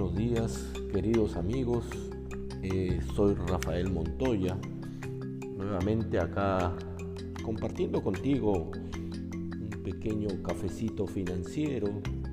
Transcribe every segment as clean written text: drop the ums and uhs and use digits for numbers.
buenos días, queridos amigos. Soy Rafael Montoya, nuevamente acá compartiendo contigo un pequeño cafecito financiero,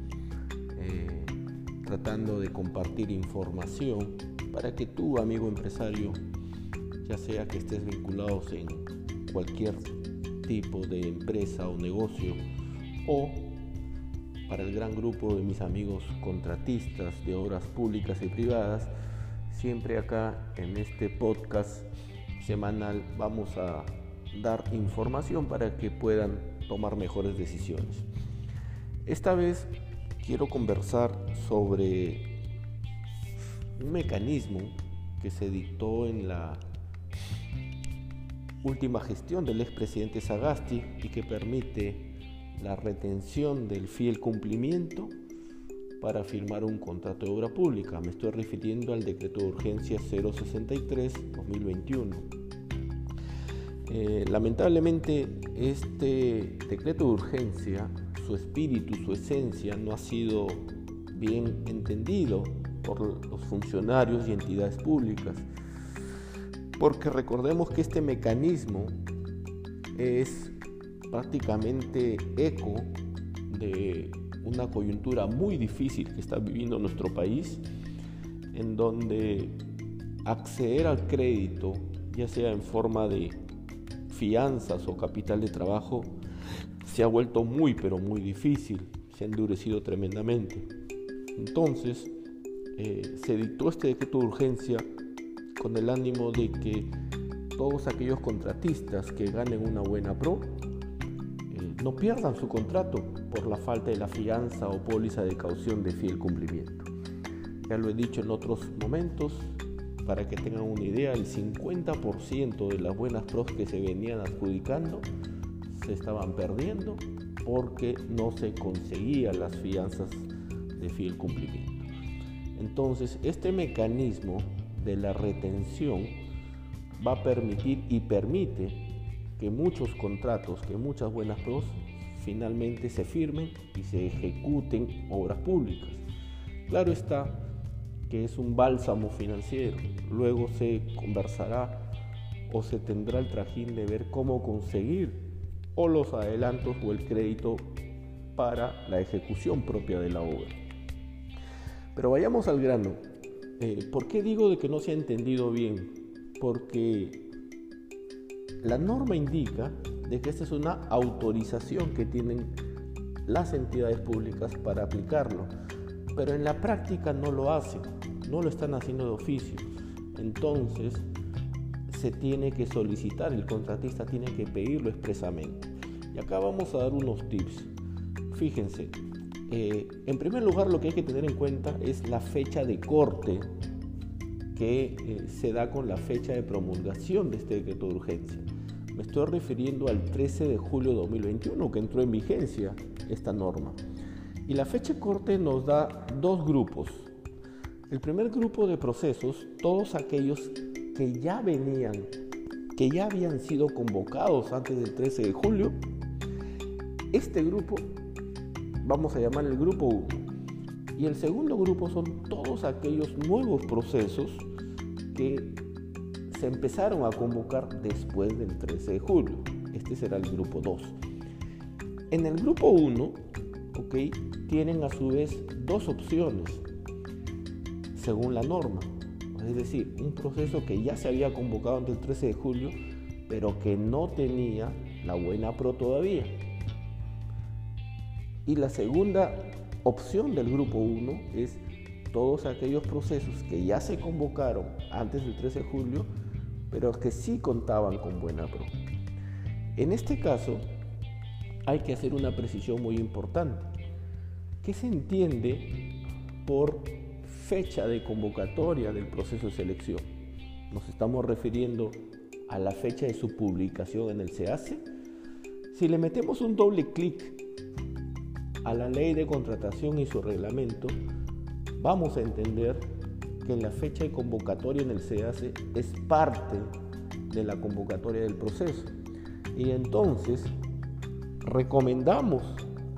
tratando de compartir información para que tú, amigo empresario, ya sea que estés vinculado en cualquier tipo de empresa o negocio, o para el gran grupo de mis amigos contratistas de obras públicas y privadas, siempre acá en este podcast semanal vamos a dar información para que puedan tomar mejores decisiones. Esta vez quiero conversar sobre un mecanismo que se dictó en la última gestión del expresidente Sagasti y que permite la retención del fiel cumplimiento para firmar un contrato de obra pública. Me estoy refiriendo al decreto de urgencia 063-2021. Lamentablemente este decreto de urgencia, su espíritu, su esencia no ha sido bien entendido por los funcionarios y entidades públicas, porque recordemos que este mecanismo es prácticamente eco de una coyuntura muy difícil que está viviendo nuestro país, en donde acceder al crédito, ya sea en forma de fianzas o capital de trabajo, se ha vuelto muy pero muy difícil, se ha endurecido tremendamente. Entonces se dictó este decreto de urgencia con el ánimo de que todos aquellos contratistas que ganen una buena PRO no pierdan su contrato por la falta de la fianza o póliza de caución de fiel cumplimiento. Ya lo he dicho en otros momentos, para que tengan una idea, el 50% de las buenas PROs que se venían adjudicando se estaban perdiendo porque no se conseguían las fianzas de fiel cumplimiento. Entonces, este mecanismo de la retención va a permitir y permite que muchos contratos, que muchas buenas PROs finalmente se firmen y se ejecuten obras públicas. Claro está que es un bálsamo financiero. Luego se conversará o se tendrá el trajín de ver cómo conseguir o los adelantos o el crédito para la ejecución propia de la obra. Pero vayamos al grano. ¿Por qué digo de que no se ha entendido bien? Porque la norma indica de que esta es una autorización que tienen las entidades públicas para aplicarlo, pero en la práctica no lo hacen, no lo están haciendo de oficio. Entonces se tiene que solicitar, el contratista tiene que pedirlo expresamente. Y acá vamos a dar unos tips. Fíjense, en primer lugar lo que hay que tener en cuenta es la fecha de corte que se da con la fecha de promulgación de este decreto de urgencia. Me estoy refiriendo al 13 de julio de 2021 que entró en vigencia esta norma. Y la fecha de corte nos da dos grupos. El primer grupo de procesos, todos aquellos que ya habían sido convocados antes del 13 de julio. Este grupo vamos a llamar el grupo 1. Y el segundo grupo son todos aquellos nuevos procesos que se empezaron a convocar después del 13 de julio. Este será el grupo 2. En el grupo 1, tienen a su vez dos opciones, según la norma. Es decir, un proceso que ya se había convocado antes del 13 de julio, pero que no tenía la buena PRO todavía. Y la segunda opción del grupo 1 es todos aquellos procesos que ya se convocaron antes del 13 de julio, pero que sí contaban con buena PRO. En este caso, hay que hacer una precisión muy importante. ¿Qué se entiende por fecha de convocatoria del proceso de selección? ¿Nos estamos refiriendo a la fecha de su publicación en el SEACE? Si le metemos un doble clic a la ley de contratación y su reglamento, vamos a entender que la fecha de convocatoria en el SEACE es parte de la convocatoria del proceso. Y entonces recomendamos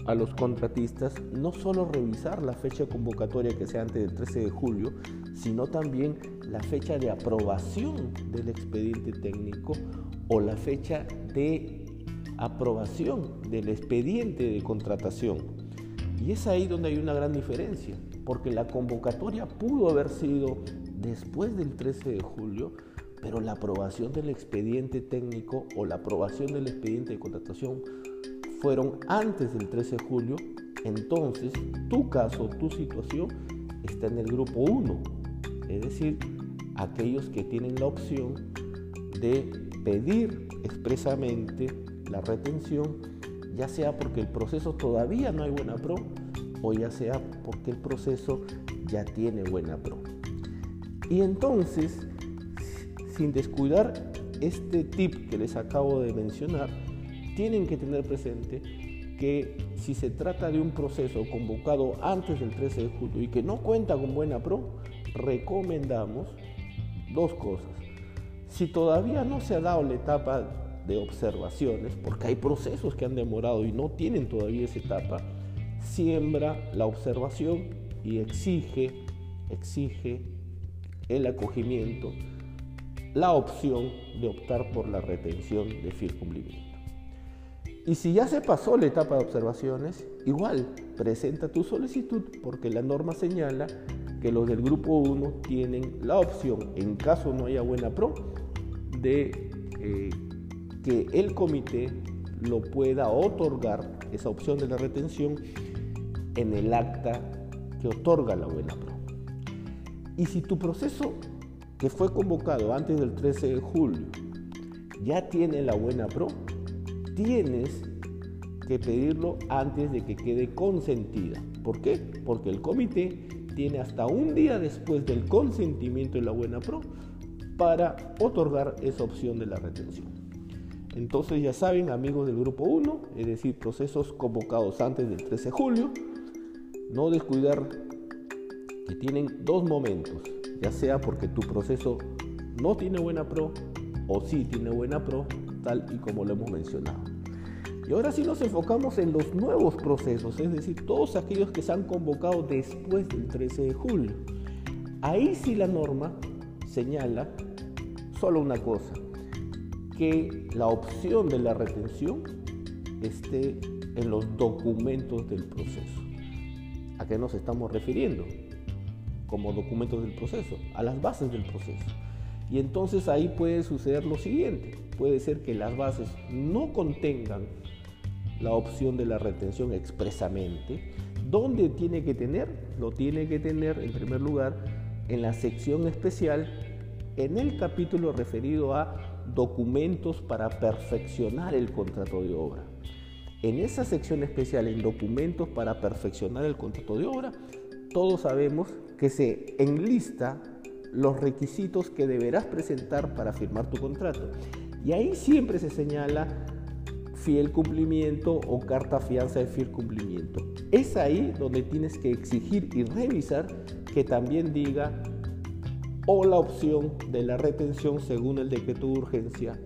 a los contratistas no solo revisar la fecha convocatoria que sea antes del 13 de julio, sino también la fecha de aprobación del expediente técnico o la fecha de aprobación del expediente de contratación. Y es ahí donde hay una gran diferencia, porque la convocatoria pudo haber sido después del 13 de julio, pero la aprobación del expediente técnico o la aprobación del expediente de contratación fueron antes del 13 de julio. Entonces tu caso, tu situación está en el grupo 1, es decir, aquellos que tienen la opción de pedir expresamente la retención, ya sea porque el proceso todavía no hay buena pro o ya sea porque el proceso ya tiene buena pro. Y entonces, sin descuidar este tip que les acabo de mencionar, tienen que tener presente que si se trata de un proceso convocado antes del 13 de julio y que no cuenta con buena pro, recomendamos dos cosas. Si todavía no se ha dado la etapa de observaciones, porque hay procesos que han demorado y no tienen todavía esa etapa, siembra la observación y exige el acogimiento, la opción de optar por la retención de fiel cumplimiento. Y si ya se pasó la etapa de observaciones, igual presenta tu solicitud, porque la norma señala que los del grupo 1 tienen la opción, en caso no haya buena pro, de que el comité lo pueda otorgar, esa opción de la retención, en el acta que otorga la buena pro. Y si tu proceso que fue convocado antes del 13 de julio ya tiene la buena pro, tienes que pedirlo antes de que quede consentida. ¿Por qué? Porque el comité tiene hasta un día después del consentimiento de la buena pro para otorgar esa opción de la retención. Entonces ya saben, amigos del grupo 1, es decir, procesos convocados antes del 13 de julio, no descuidar que tienen dos momentos, ya sea porque tu proceso no tiene buena pro o sí tiene buena pro, tal y como lo hemos mencionado. Y ahora sí nos enfocamos en los nuevos procesos, es decir, todos aquellos que se han convocado después del 13 de julio. Ahí sí la norma señala solo una cosa, que la opción de la retención esté en los documentos del proceso. ¿A qué nos estamos refiriendo? Como documentos del proceso, a las bases del proceso. Y entonces ahí puede suceder lo siguiente, puede ser que las bases no contengan la opción de la retención expresamente. ¿Dónde tiene que tener? Lo tiene que tener en primer lugar en la sección especial, en el capítulo referido a documentos para perfeccionar el contrato de obra. En esa sección especial, en documentos para perfeccionar el contrato de obra, todos sabemos que se enlista los requisitos que deberás presentar para firmar tu contrato. Y ahí siempre se señala fiel cumplimiento o carta fianza de fiel cumplimiento. Es ahí donde tienes que exigir y revisar que también diga o la opción de la retención según el decreto de urgencia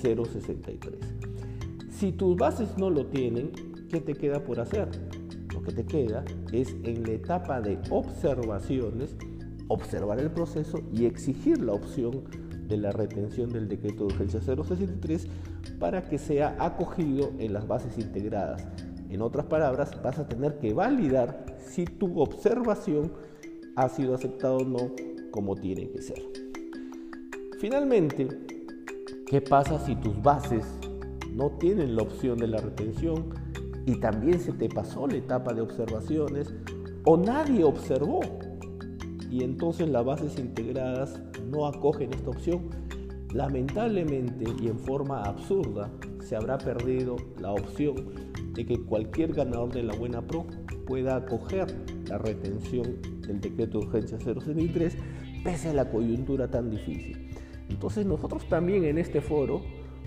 063. Si tus bases no lo tienen, ¿qué te queda por hacer? Lo que te queda es en la etapa de observaciones, observar el proceso y exigir la opción de la retención del decreto de urgencia 063 para que sea acogido en las bases integradas. En otras palabras, vas a tener que validar si tu observación ha sido aceptada o no como tiene que ser. Finalmente, ¿qué pasa si tus bases no tienen la opción de la retención y también se te pasó la etapa de observaciones o nadie observó y entonces las bases integradas no acogen esta opción? Lamentablemente y en forma absurda se habrá perdido la opción de que cualquier ganador de la buena pro pueda acoger la retención del decreto de urgencia 063 pese a la coyuntura tan difícil. Entonces nosotros también en este foro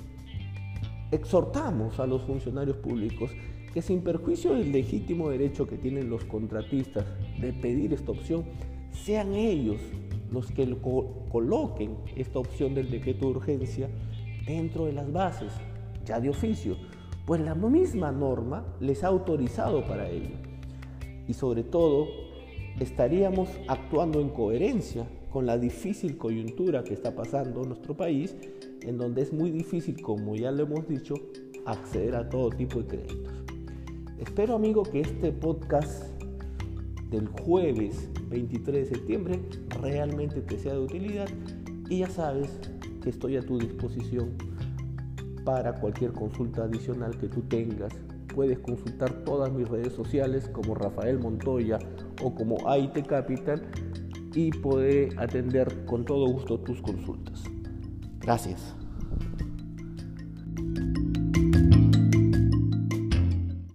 exhortamos a los funcionarios públicos que, sin perjuicio del legítimo derecho que tienen los contratistas de pedir esta opción, sean ellos los que coloquen esta opción del decreto de urgencia dentro de las bases, ya de oficio, pues la misma norma les ha autorizado para ello. Y sobre todo, estaríamos actuando en coherencia con la difícil coyuntura que está pasando en nuestro país, en donde es muy difícil, como ya lo hemos dicho, acceder a todo tipo de créditos. Espero, amigo, que este podcast del jueves 23 de septiembre realmente te sea de utilidad, y ya sabes que estoy a tu disposición para cualquier consulta adicional que tú tengas. Puedes consultar todas mis redes sociales como Rafael Montoya o como AIT Capital y poder atender con todo gusto tus consultas. Gracias.